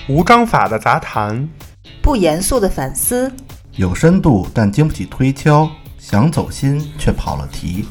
无章法的杂谈， 不严肃的反思， 有深度但经不起推敲，想走心却跑了题。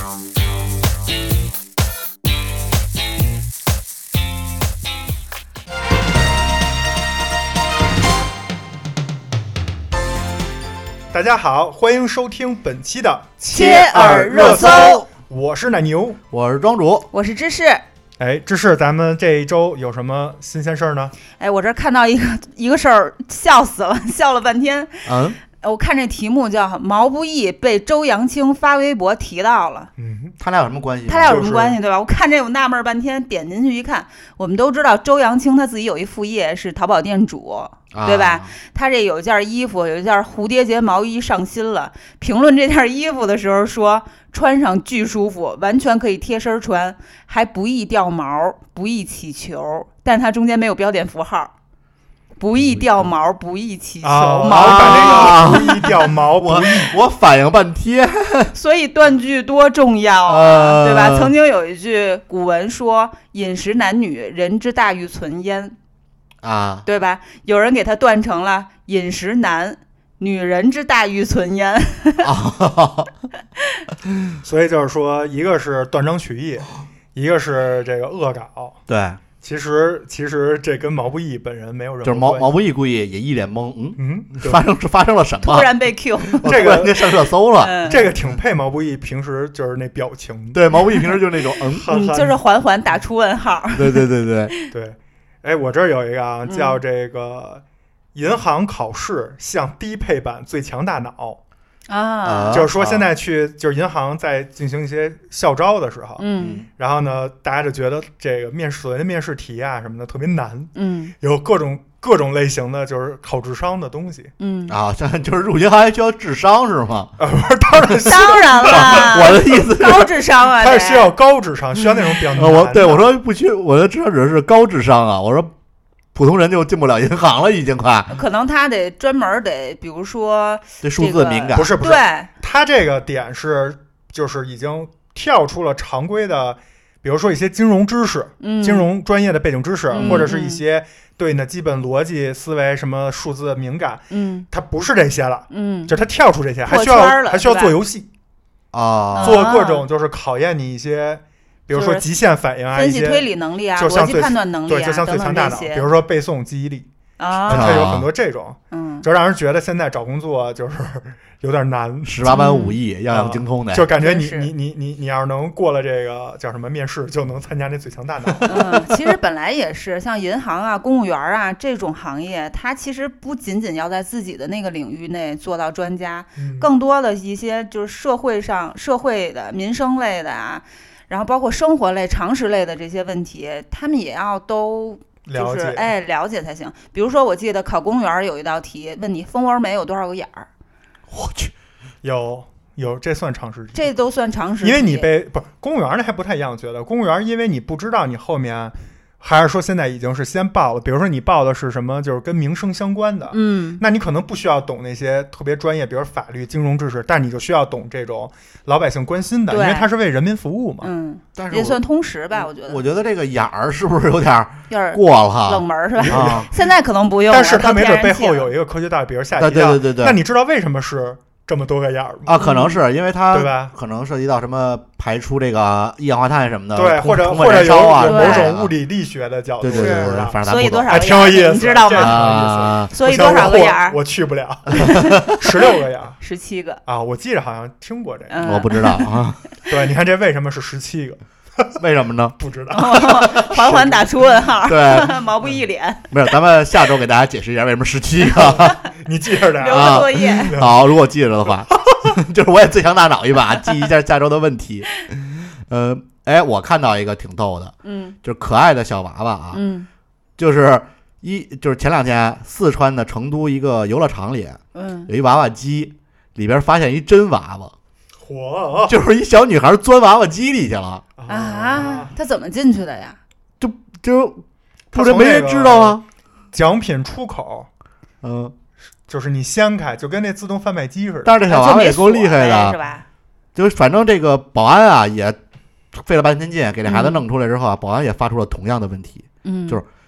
大家好，欢迎收听本期的切耳热搜。 我是奶牛， 我是庄主， 我是芝士。 哎，芝士，咱们这一周有什么新鲜事儿呢？ 哎，我这看到一个事儿，笑死了，笑了半天。我看这题目叫毛不易被周扬青发微博提到了。 他俩有什么关系？ 他俩有什么关系，对吧？我看这我纳闷半天，点进去一看，我们都知道周扬青他自己有一副业是淘宝店主，对吧？他这有一件衣服，有一件蝴蝶结毛衣上新了，评论这件衣服的时候说穿上巨舒服，完全可以贴身穿，还不易掉毛，不易起球，但是它中间没有标点符号。不易掉毛，不易起球，毛把这个不易掉毛， 我反应半天。 所以断句多重要啊，对吧？曾经有一句古文说：“饮食男女，人之大欲存焉。”啊，对吧？有人给他断成了“饮食男，女人之大欲存焉。” 所以就是说，一个是断章取义，一个是这个恶搞。 对。 其实这跟毛不易本人没有任何就是毛不易估计也一脸懵，发生了什么？ 突然被 Q， 这个上热搜了。 这个挺配毛不易平时就是那表情。 对，毛不易平时就是那种就是缓缓打出问号。 对。 对，哎，我这儿有一个啊，叫这个银行考试向低配版最强大脑。就是说现在就是银行在进行一些校招的时候，然后呢，大家就觉得这个所谓的面试题啊什么的特别难，有各种类型的就是考智商的东西， 就是入银行还需要智商是吗？ 不是，当然了， 我的意思是高智商啊， 它是需要高智商，需要那种比较难的。 我说不需，我的智商指的是高智商啊，我说。普通人就进不了银行了，已经快。 可能他得专门得，比如说对数字敏感， 不是， 对， 他这个点是就是已经跳出了常规的，比如说一些金融知识、金融专业的背景知识，或者是一些对你的基本逻辑思维、什么数字敏感，它不是这些了，就是他跳出这些，还需要做游戏做各种就是考验你一些。比如说极限反应啊， 分析推理能力啊，逻辑判断能力啊， 对，就像最强大脑，比如说背诵、记忆力它有很多这种，就让人觉得现在找工作就是有点难 ，18般武艺样样精通的， 就感觉你要是能过了这个叫什么面试，就能参加那最强大脑。 其实本来也是像银行啊、公务员啊这种行业，它其实不仅仅要在自己的那个领域内做到专家，更多的一些就是社会的民生类的啊。然后包括生活类、常识类的这些问题，他们也要都就是了解才行。比如说，我记得考公务员有一道题问你蜂窝煤有多少个眼儿。 我去，有，这算常识题？ 这都算常识题。 因为你不是公务员的还不太一样，觉得公务员因为你不知道你后面。还是说现在已经是先报了，比如说你报的是什么，就是跟民生相关的，那你可能不需要懂那些特别专业，比如法律、金融知识，但你就需要懂这种老百姓关心的，因为它是为人民服务嘛。 但是也算通识吧，我觉得。 我觉得这个眼儿是不是有点过了？ 冷门是吧？现在可能不用了， 但是它没准背后有一个科学道理，比如下一道。 对。 那你知道为什么是？这么多个眼儿啊，可能是因为它对吧？ 可能涉及到什么排出这个一氧化碳什么的， 对，或者有某种物理力学的角度， 对，反正所以多少还挺有意思， 你知道吗？所以多少个眼儿？ 我去不了，16个眼儿 ，17个啊！我记得好像听过这个， 我不知道啊。 对，你看这为什么是17个？ 为什么呢？ 不知道， 缓缓打出问号。 对， 毛不易脸。 没有，咱们下周给大家解释一下为什么17个。 你记着点， 留个作业。 好，如果记着的话，就是我也最强大脑一把，记一下下周的问题。我看到一个挺逗的，就是可爱的小娃娃啊，就是前2天四川的成都一个游乐场里，有一娃娃机，里边发现一真娃娃。就是一小女孩钻娃娃机里去了啊！她怎么进去的呀？ 就不是没人知道啊。 奖品出口，就是你掀开，就跟那自动贩卖机似的。 但是这小娃娃也够厉害的， 是吧？ 就反正这个保安啊，也费了半天劲给这孩子弄出来之后啊，保安也发出了同样的问题，就是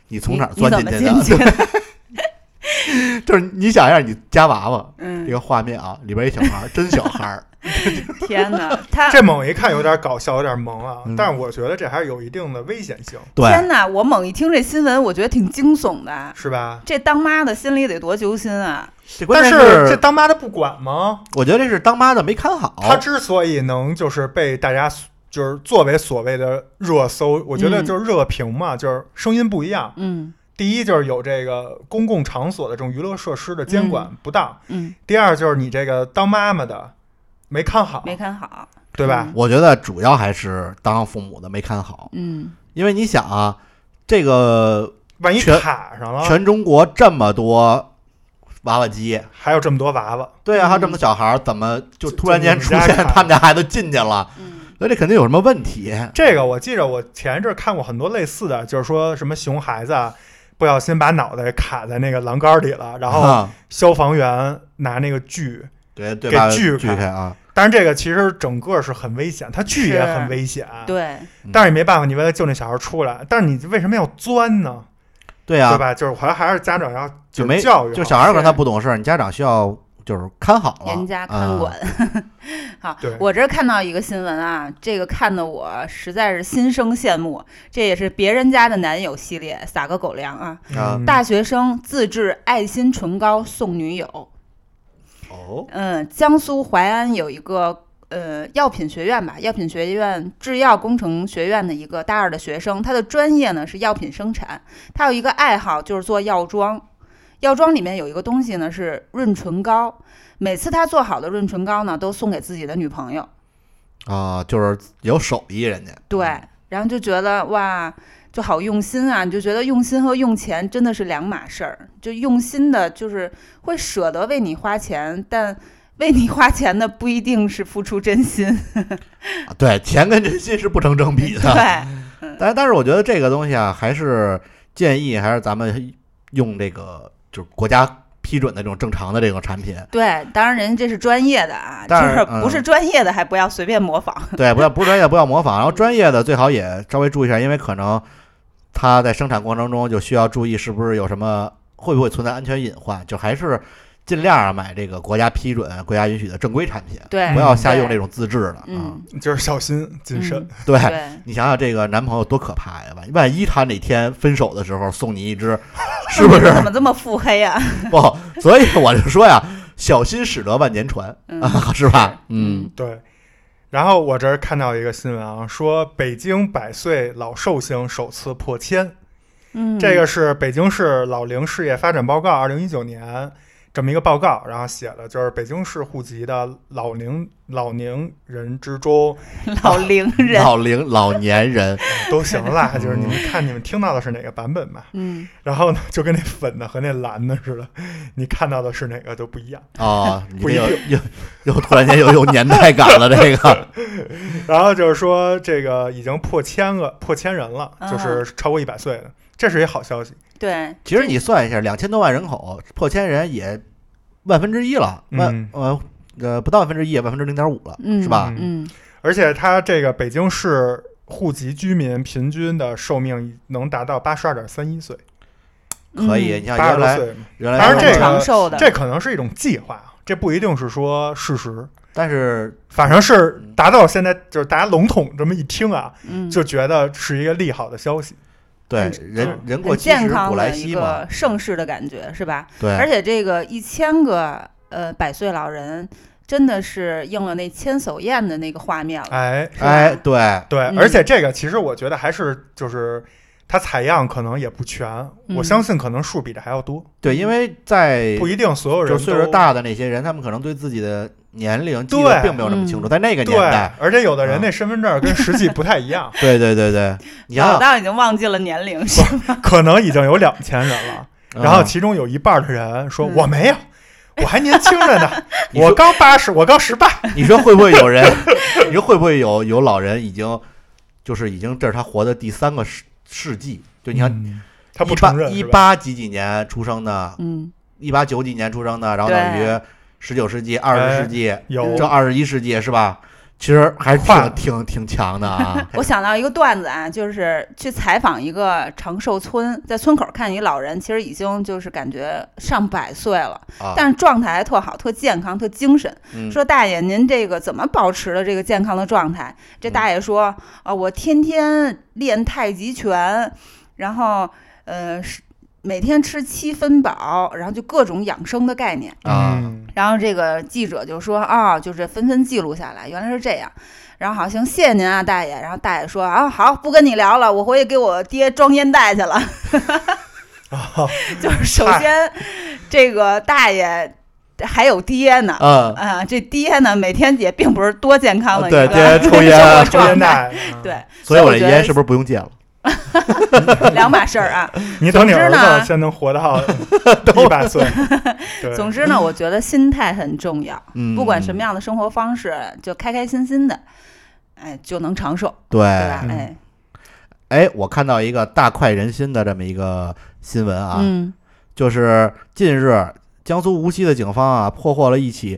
你从哪儿钻进去的？就是你想一下，你家娃娃，这个画面啊，里边一小孩，真小孩。 天哪，他这猛一看有点搞笑，有点萌啊，但是我觉得这还是有一定的危险性。 对， 天哪，我猛一听这新闻，我觉得挺惊悚的， 是吧？ 这当妈的心里得多揪心啊！ 但是这当妈的不管吗？ 我觉得这是当妈的没看好。 他之所以能就是被大家就是作为所谓的热搜，我觉得就是热评嘛，就是声音不一样。第一就是有这个公共场所的这种娱乐设施的监管不当。第二就是你这个当妈妈的没看好，对吧？ 我觉得主要还是当父母的没看好。因为你想啊，这个万一卡上了， 全中国这么多娃娃机， 还有这么多娃娃， 对啊，还有这么多小孩，怎么就突然间出现他们家孩子进去了？那这肯定有什么问题。 这个我记着，我前一阵看过很多类似的，就是说什么熊孩子不小心把脑袋卡在那个栏杆里了，然后消防员拿那个锯给锯开啊。 但是这个其实整个是很危险，它锯也很危险。 对， 但是也没办法，你为了救那小孩出来，但是你为什么要钻呢？ 对啊， 对吧？就是还是家长要就没教育， 就小孩可能他不懂事，你家长需要就是看好了， 严加看管。好， 对， 我这看到一个新闻啊，这个看得我实在是心生羡慕。这也是别人家的男友系列，撒个狗粮啊！大学生自制爱心唇膏送女友。江苏淮安有一个药品学院吧，药品学院制药工程学院的一个大二的学生，他的专业呢是药品生产，他有一个爱好就是做药妆。药妆里面有一个东西呢是润唇膏，每次他做好的润唇膏呢都送给自己的女朋友。 就是有手艺人家。 对，然后就觉得哇，就好用心啊！你就觉得用心和用钱真的是两码事儿。就用心的，就是会舍得为你花钱，但为你花钱的不一定是付出真心。 对，钱跟真心是不成正比的。 对， 但是我觉得这个东西啊，还是建议还是咱们用这个就是国家批准的这种正常的这种产品。 对，当然人家这是专业的啊，就是不是专业的还不要随便模仿。 对，不是专业不要模仿，然后专业的最好也稍微注意一下，因为可能它在生产过程中就需要注意是不是有什么会不会存在安全隐患，就还是尽量买这个国家批准、国家允许的正规产品， 对， 不要瞎用这种自制的。 就是小心谨慎。 对，你想想这个男朋友多可怕呀！万一他哪天分手的时候送你一支，是不是？ 怎么这么腹黑啊？ 不，所以我就说呀，小心驶得万年船，是吧？ 对。然后我这儿看到一个新闻啊，说北京百岁老寿星首次破千。这个是北京市老龄事业发展报告2019年这么一个报告，然后写的就是北京市户籍的老年人之中， 老年人都行啦，就是你们看你们听到的是哪个版本吧。然后呢，就跟那粉的和那蓝的似的，你看到的是哪个都不一样不一定，又突然间有年代感了这个。 然后就是说这个已经破千人了，就是超过100岁的，这是一好消息。 对， 其实你算一下，2000多万人口，破千人也1/1000了，不到1/1000，也0.5%了，是吧？ 而且它这个北京市户籍居民平均的寿命能达到82.31岁， 可以。你像原来， 当然这可能是一种计划，这不一定是说事实。 但是反正是达到现在，就是大家笼统这么一听啊，就觉得是一个利好的消息。 对，人过70古来稀嘛， 盛世的感觉是吧？ 对， 而且这个1000个百岁老人，真的是应了那千叟宴的那个画面了。 对， 而且这个其实我觉得还是就是它采样可能也不全，我相信可能数比这还要多。 对，因为在不一定所有人就岁数大的那些人，他们可能对自己的年龄记得并没有那么清楚，在那个年代， 而且有的人那身份证跟实际不太一样。 对，你老大已经忘记了年龄是吗？ 可能已经有2000人了，然后其中有一半的人说我没有，我还年轻着呢，我刚80，我刚18。 你说会不会有人？你说会不会有老人已经这是他活的第3个世纪？就你看， 他不承认 18几年出生的，1890几年出生的，然后等于19世纪、20世纪，这21世纪是吧？ 其实还是挺强的啊。 我想到一个段子啊，就是去采访一个长寿村，在村口看一老人，其实已经就是感觉上100岁了，但是状态还特好，特健康，特精神。说大爷，您这个怎么保持的这个健康的状态？这大爷说我天天练太极拳，然后每天吃7分饱，然后就各种养生的概念啊。 然后这个记者就说就是纷纷记录下来，原来是这样。然后好，行，谢谢您啊，大爷。然后大爷说好，不跟你聊了，我回去给我爹装烟袋去了。就是首先这个大爷还有爹呢，这爹呢每天也并不是多健康的一个对，爹抽烟袋， 对， 所以我这烟是不是不用戒了？ 两码事儿啊！ 你等你儿子先能活到100岁。 总之呢，我觉得心态很重要，不管什么样的生活方式，就开开心心的，就能长寿，对吧？ 我看到一个大快人心的这么一个新闻啊，就是近日江苏无锡的警方啊破获了一起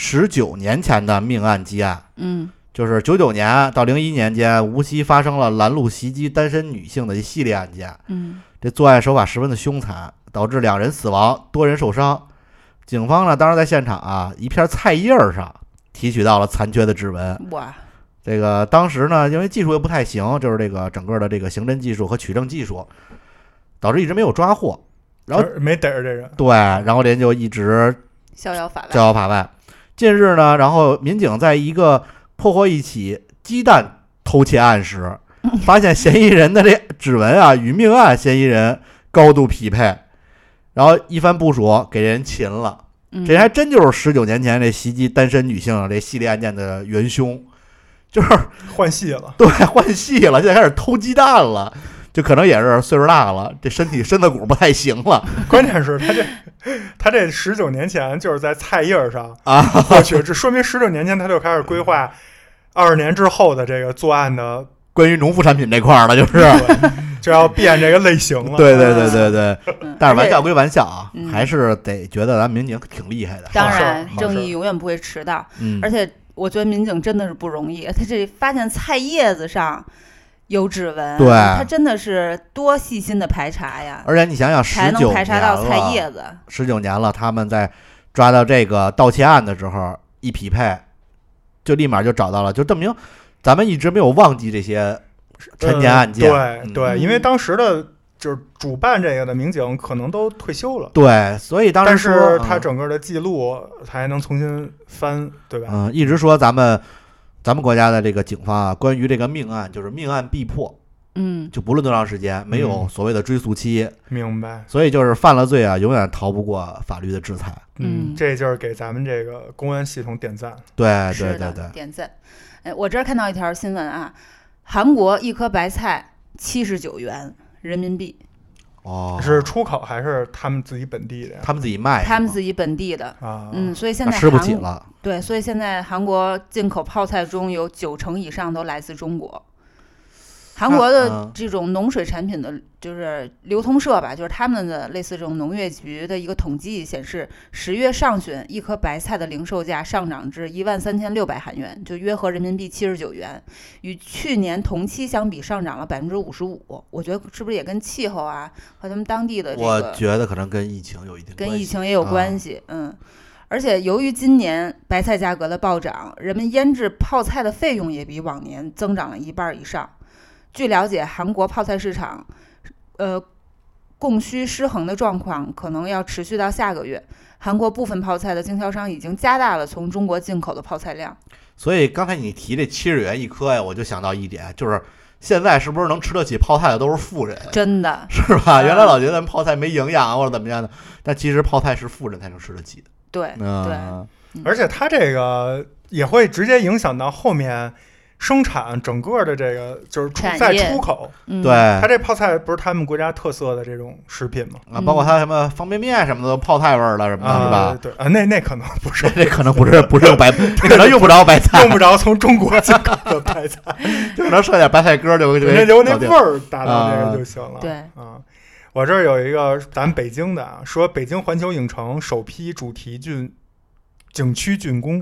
19年前的命案积案，就是99年到01年间，无锡发生了拦路袭击单身女性的一系列案件。这作案手法十分的凶残，导致2人死亡，多人受伤。警方呢，当时在现场啊，一片菜叶上提取到了残缺的指纹。 哇！ 这个当时呢，因为技术又不太行，就是这个整个的这个刑侦技术和取证技术，导致一直没有抓获，然后没逮着这人。 对，然后人就一直逍遥法外。近日呢，然后民警在一个破获一起鸡蛋偷窃案时，发现嫌疑人的这指纹啊与命案嫌疑人高度匹配，然后一番部署给人擒了。这还真就是19年前这袭击单身女性这系列案件的元凶，就是换戏了。 对，换戏了，现在开始偷鸡蛋了。就可能也是岁数大了，这身子骨不太行了。 关键是他这19年前就是在菜叶上获取，这说明19年前他就开始规划20年之后的这个作案的关于农副产品这块了，就是就要变这个类型了。 对。但是玩笑归玩笑啊，还是得觉得咱民警挺厉害的。 当然，正义永远不会迟到。而且我觉得民警真的是不容易，他这发现菜叶子上有指纹， 对， 他真的是多细心的排查呀！ 而且你想想， 才能排查到菜叶子。 19年了，他们在抓到这个盗窃案的时候一匹配，就立马就找到了，就证明咱们一直没有忘记这些陈年案件。 对，因为当时的就是主办这个的民警可能都退休了， 对，所以当时但是他整个的记录才能重新翻，对吧？ 一直说咱们国家的这个警方啊，关于这个命案，就是命案必破，就不论多长时间，没有所谓的追诉期， 明白？ 所以就是犯了罪啊，永远逃不过法律的制裁。 这就是给咱们这个公安系统点赞。 对， 点赞。我这儿看到一条新闻啊，韩国1颗白菜79元人民币。 是出口还是他们自己本地的？ 他们自己卖， 他们自己本地的啊。所以现在吃不起了。 对，所以现在韩国进口泡菜中有90%以上都来自中国。韩国的这种农水产品的就是流通社吧，就是他们的类似这种农业局的一个统计显示，10月上旬1颗白菜的零售价上涨至13600韩元，就约合人民币79元，与去年同期相比上涨了55%。我觉得是不是也跟气候啊和他们当地的这个？ 我觉得可能跟疫情有一定关系， 跟疫情也有关系。而且由于今年白菜价格的暴涨，人们腌制泡菜的费用也比往年增长了1半以上。据了解，韩国泡菜市场，供需失衡的状况可能要持续到下个月。韩国部分泡菜的经销商已经加大了从中国进口的泡菜量。 所以刚才你提这70元1颗呀，我就想到一点，就是现在是不是能吃得起泡菜的都是富人？ 真的是吧？原来老觉得泡菜没营养或者怎么样的，但其实泡菜是富人才能吃得起的。 对， 而且它这个也会直接影响到后面生产整个的这个就是在出口。 对， 它这泡菜不是他们国家特色的这种食品吗？ 包括它什么方便面什么的都泡菜味儿了什么的，是吧？ 对那可能不是， 那可能不是用白，可能用不着白菜， 用不着从中国进口的白菜， 就可能剩点白菜根就留那味儿达到这个就行了。 对我这儿有一个咱北京的说北京环球影城首批主题景区竣工。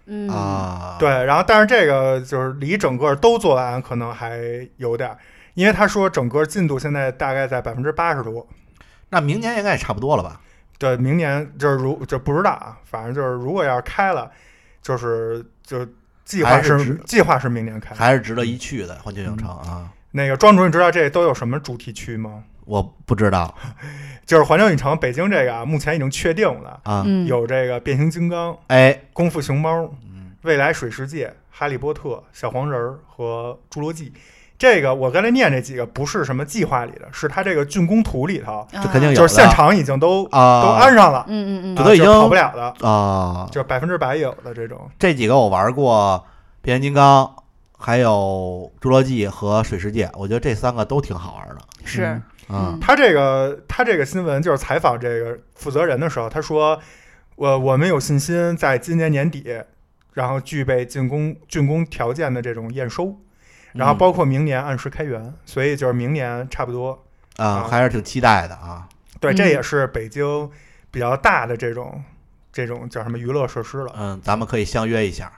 对，然后但是这个就是离整个都做完可能还有点，因为他说整个进度现在大概在80%多， 那明年应该也差不多了吧？ 对，明年就是就不知道啊，反正就是如果要是开了，就计划是明年开， 还是值得一去的环球影城啊。 那个庄主，你知道这都有什么主题区吗？ 我不知道， 就是环球影城北京这个目前已经确定了啊， 有这个变形金刚、功夫熊猫、未来水世界、哈利波特、小黄人和侏罗纪。这个我刚才念这几个不是什么计划里的，是他这个竣工图里头， 这肯定有， 就是现场已经都安上了， 这都已经跑不了的啊， 就100%有的这种。 这几个我玩过，变形金刚。还有侏罗纪和水世界，我觉得这3个都挺好玩的。 是， 他这个新闻就是采访这个负责人的时候，他说，我们有信心在今年年底，然后具备竣工条件的这种验收，然后包括明年按时开园，所以就是明年差不多还是挺期待的啊。 对，这也是北京比较大的这种叫什么娱乐设施了。 咱们可以相约一下。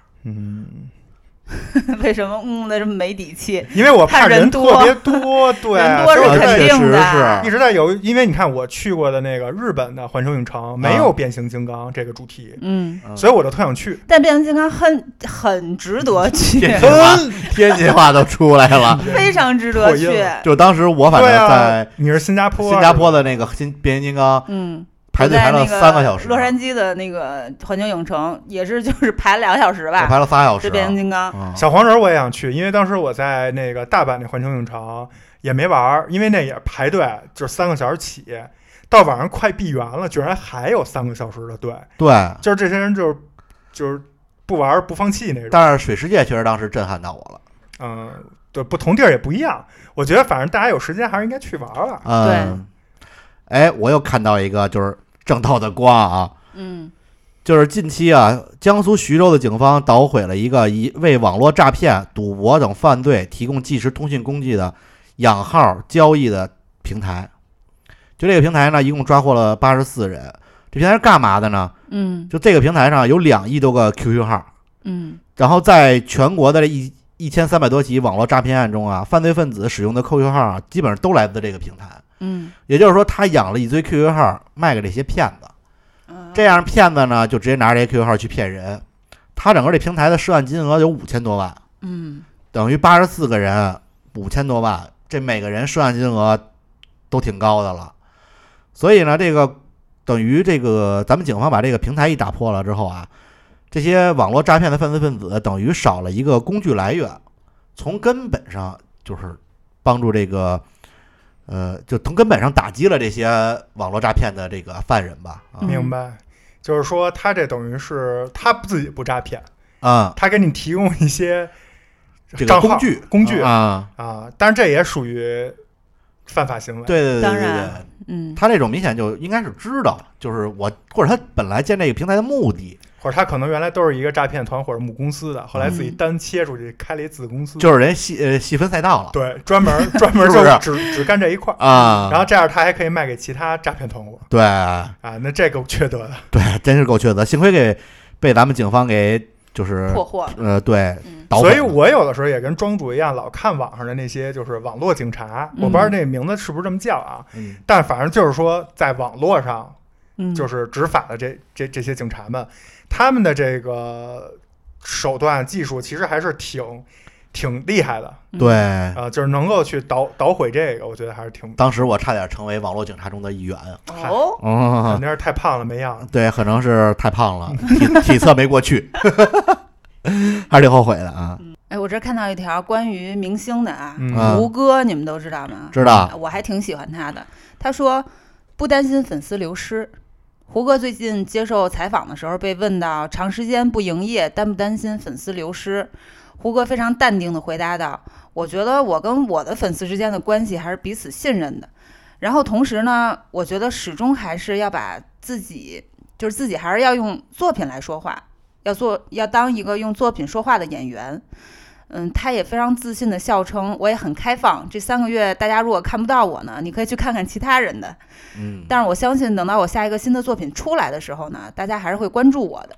为什么那这么没底气？ 因为我怕人特别多，对， 人多是肯定的， 一直在有。因为你看我去过的那个日本的环球影城没有变形金刚这个主题，所以我就特想去。 但变形金刚很值得去， 天津话都出来了， 非常值得去。 就当时我反正在你是新加坡的那个变形金刚，排队排了3个小时。 洛杉矶的那个环球影城也是，就是排2个小时吧， 排了3小时。 这变形金刚， 小黄人我也想去，因为当时我在那个大阪那环球影城也没玩，因为那也排队，就是3个小时起，到晚上快闭园了，居然还有3个小时的队。 对， 就是这些人就是不玩不放弃那种。 但是水世界确实当时震撼到我了。 对，不同地儿也不一样。我觉得反正大家有时间还是应该去玩玩。 对， 我又看到一个就是正道的光啊，就是近期啊，江苏徐州的警方捣毁了一个为网络诈骗、赌博等犯罪提供即时通讯工具的养号交易的平台。就这个平台呢，一共抓获了84人。这平台是干嘛的呢？就这个平台上有2亿多个 QQ 号，然后在全国的1300多起网络诈骗案中啊，犯罪分子使用的 QQ 号基本上都来自这个平台。也就是说，他养了一堆 QQ 号卖给这些骗子，这样骗子呢就直接拿着这些 QQ 号去骗人。他整个这平台的涉案金额有5000多万，等于84个人5000多万，这每个人涉案金额都挺高的了。所以呢，这个等于这个咱们警方把这个平台一打破了之后啊，这些网络诈骗的犯罪分子等于少了一个工具来源，从根本上就是帮助这个。就从根本上打击了这些网络诈骗的这个犯人吧。 明白，就是说他这等于是他自己不诈骗他给你提供一些这个工具但是这也属于犯法行为。 对， 当然， 他这种明显就应该是知道，就是或者他本来建这个平台的目的。 或者他可能原来都是一个诈骗团或者母公司的，后来自己单切出去开了一子公司， 就是人细分赛道了。 对，专门就只干这一块啊。 然后这样他还可以卖给其他诈骗团伙。 对那这够缺德的。 对，真是够缺德。幸亏被咱们警方给就是破获。 对。 所以我有的时候也跟庄主一样，老看网上的那些就是网络警察，我不知道那名字是不是这么叫啊？但反正就是说在网络上。就是执法的这些警察们，他们的这个手段技术其实还是挺厉害的。 对就是能够去捣毁这个，我觉得还是挺。 当时我差点成为网络警察中的一员。 肯定是太胖了没样。 对，可能是太胖了，体测没过去，还是挺后悔的啊。 我这看到一条关于明星的胡歌，你们都知道吗？ 知道， 我还挺喜欢他的。他说不担心粉丝流失。胡歌最近接受采访的时候被问到长时间不营业担不担心粉丝流失，胡歌非常淡定地回答道：我觉得我跟我的粉丝之间的关系还是彼此信任的，然后同时呢，我觉得始终还是要把自己还是要用作品来说话，要当一个用作品说话的演员。他也非常自信地笑称，我也很开放，这3个月大家如果看不到我呢，你可以去看看其他人的。但是我相信等到我下一个新的作品出来的时候呢，大家还是会关注我的。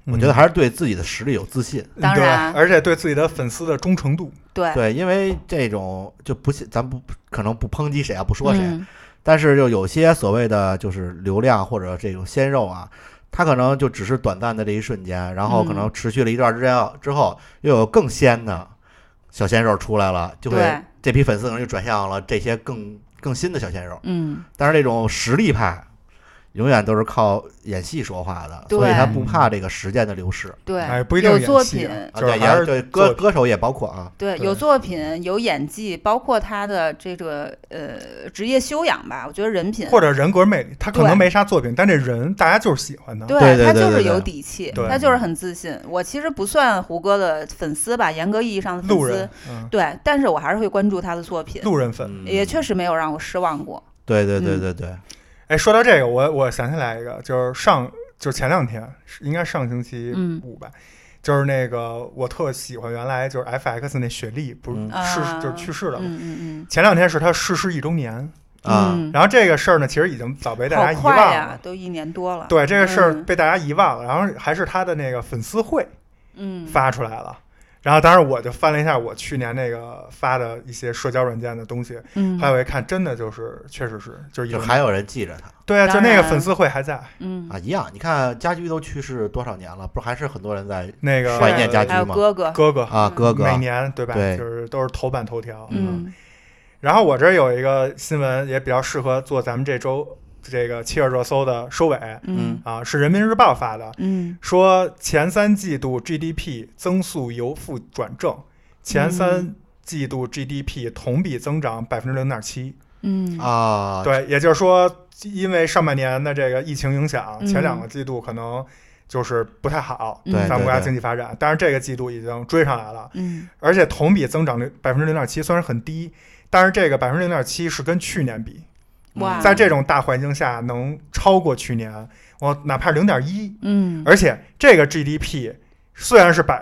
我觉得还是对自己的实力有自信， 当然， 而且对自己的粉丝的忠诚度。 对， 因为这种就不，咱不可能不抨击谁啊，不说谁，但是就有些所谓的就是流量或者这种鲜肉啊，他可能就只是短暂的这一瞬间，然后可能持续了一段时间之后，又有更鲜的小鲜肉出来了，就会这批粉丝可能就转向了这些更新的小鲜肉。但是这种实力派永远都是靠演戏说话的，所以他不怕这个时间的流逝。 对， 不一定有作品， 对歌手也包括啊。 对，有作品，有演技，包括他的这个职业修养吧，我觉得人品或者人格魅力，他可能没啥作品，但这人大家就是喜欢他。 对，他就是有底气，他就是很自信。我其实不算胡歌的粉丝吧，严格意义上的粉丝，对，但是我还是会关注他的作品。 路人粉也确实没有让我失望过。 对。 哎，说到这个，我想起来一个，就是前2天，应该上星期5吧，就是那个我特喜欢原来就是 FX 那雪莉，不是就是去世了嘛。前2天是他逝世1周年然后这个事儿呢，其实已经早被大家遗忘了， 都1年多了。 对，这个事儿被大家遗忘了，然后还是他的那个粉丝会发出来了。然后当时我就翻了一下我去年那个发的一些社交软件的东西，后来我一看，真的就是确实是就还有人记着他。 对啊，就那个粉丝会还在。 一样。你看家驹都去世多少年了，不是还是很多人在那个怀念家驹吗？ 哥哥啊，哥哥每年对吧？ 对， 就是都是头版头条。然后我这有一个新闻也比较适合做咱们这周这个7月热搜的收尾，是人民日报发的，说前3季度 GDP 增速由负转正，前3季度 GDP 同比增长0.7%。对，也就是说，因为上半年的这个疫情影响，前2个季度可能就是不太好，咱们国家经济发展，但是这个季度已经追上来了，而且同比增长0.7%，虽然很低，但是这个0.7%是跟去年比。在这种大环境下能超过去年，我哪怕0.1%，而且这个 GDP 虽然是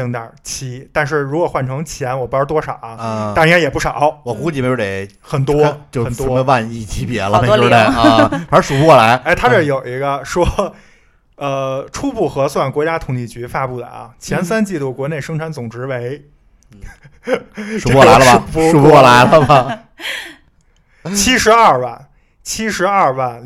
0.7%，但是如果换成钱，我不知道多少啊，但应该也不少， 我估计没准得很多， 就很多万亿级别了，没准得反正数不过来。 哎，他这有一个说，初步核算，国家统计局发布的啊，前3季度国内生产总值为， 数不过来了吧？数不过来了吧 ？72万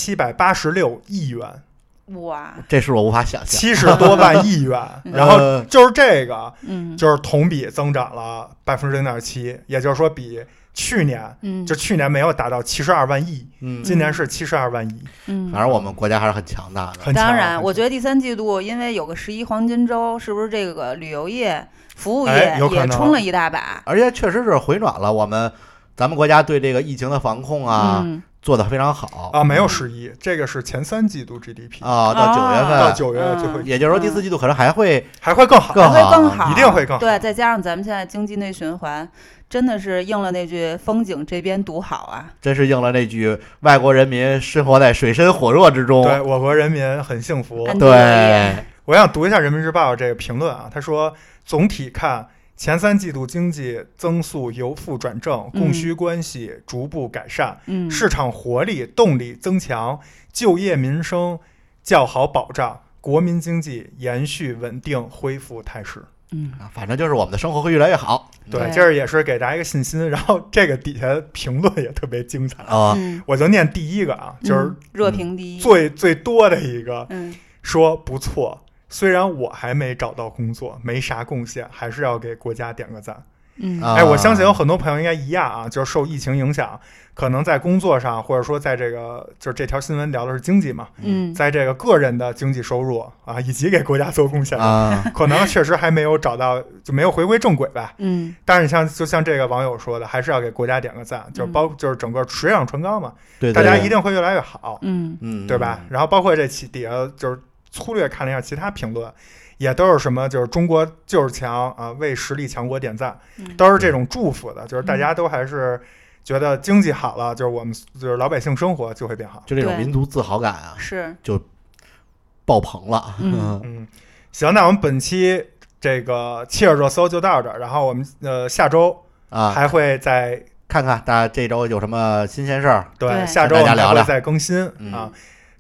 2786亿元， 哇， 这数我无法想象 ，70多万亿元。然后就是这个，就是同比增长了0.7%，也就是说比去年，就去年没有达到72万亿，今年是72万亿。 反正我们国家还是很强大的。 当然，我觉得第3季度因为有个11黄金周，是不是这个旅游业、服务业也冲了一大把？ 而且确实是回暖了。咱们国家对这个疫情的防控啊，做得非常好啊。没有11，这个是前3季度 GDP 啊，到9月份， 到9月最后， 也就是说第4季度可能还会更好， 一定会更好。 对，再加上咱们现在经济内循环，真的是应了那句风景这边独好啊， 真是应了那句外国人民生活在水深火热之中， 对，我国人民很幸福。 对， 我想读一下人民日报这个评论啊，他说总体看前3季度经济增速由负转正，供需关系逐步改善，市场活力动力增强，就业民生较好保障，国民经济延续稳定恢复态势。 反正就是我们的生活会越来越好。 对，这也是给大家一个信心。然后这个底下评论也特别精彩啊， 我就念第一个啊，就是热评第一， 最多的一个，说不错。虽然我还没找到工作，没啥贡献，还是要给国家点个赞。我相信有很多朋友应该一样啊，就是受疫情影响，可能在工作上，或者说在这个就是这条新闻聊的是经济嘛，在这个个人的经济收入啊，以及给国家做贡献可能确实还没有找到，就没有回归正轨吧。但是就像这个网友说的，还是要给国家点个赞，就是整个水涨船高嘛， 对， 大家一定会越来越好，对吧？ 嗯， 然后包括这底下就是粗略看了一下其他评论，也都是什么就是中国就是强啊，为实力强国点赞，都是这种祝福的，就是大家都还是觉得经济好了，就是我们就是老百姓生活就会变好， 就这种民族自豪感啊， 是就爆棚了。 行，那我们本期这个7月热搜就到这儿，然后我们下周还会再看看大家这周有什么新鲜事儿，对，下周我们还会再更新啊。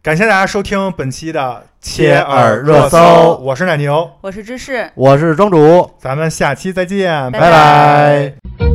感谢大家收听本期的切耳热搜， 我是奶牛， 我是芝士， 我是庄主， 咱们下期再见， 拜拜。